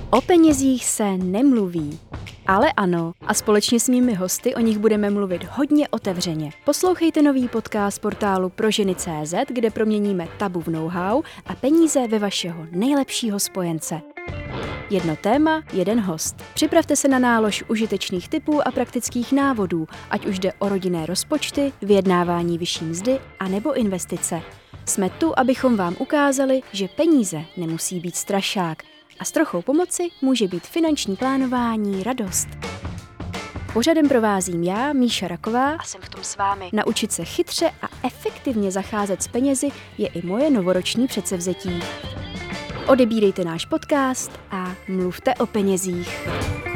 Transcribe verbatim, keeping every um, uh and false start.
O penězích se nemluví. Ale ano, a společně s mými hosty o nich budeme mluvit hodně otevřeně. Poslouchejte nový podcast portálu proženy tečka cé zet, kde proměníme tabu v know-how a peníze ve vašeho nejlepšího spojence. Jedno téma, jeden host. Připravte se na nálož užitečných tipů a praktických návodů, ať už jde o rodinné rozpočty, vyjednávání vyšší mzdy a nebo investice. Jsme tu, abychom vám ukázali, že peníze nemusí být strašák a s trochou pomoci může být finanční plánování radost. Pořadem provázím já, Míša Raková, a jsem v tom s vámi. Naučit se chytře a efektivně zacházet s penězi je i moje novoroční předsevzetí. Odebírejte náš podcast a mluvte o penězích.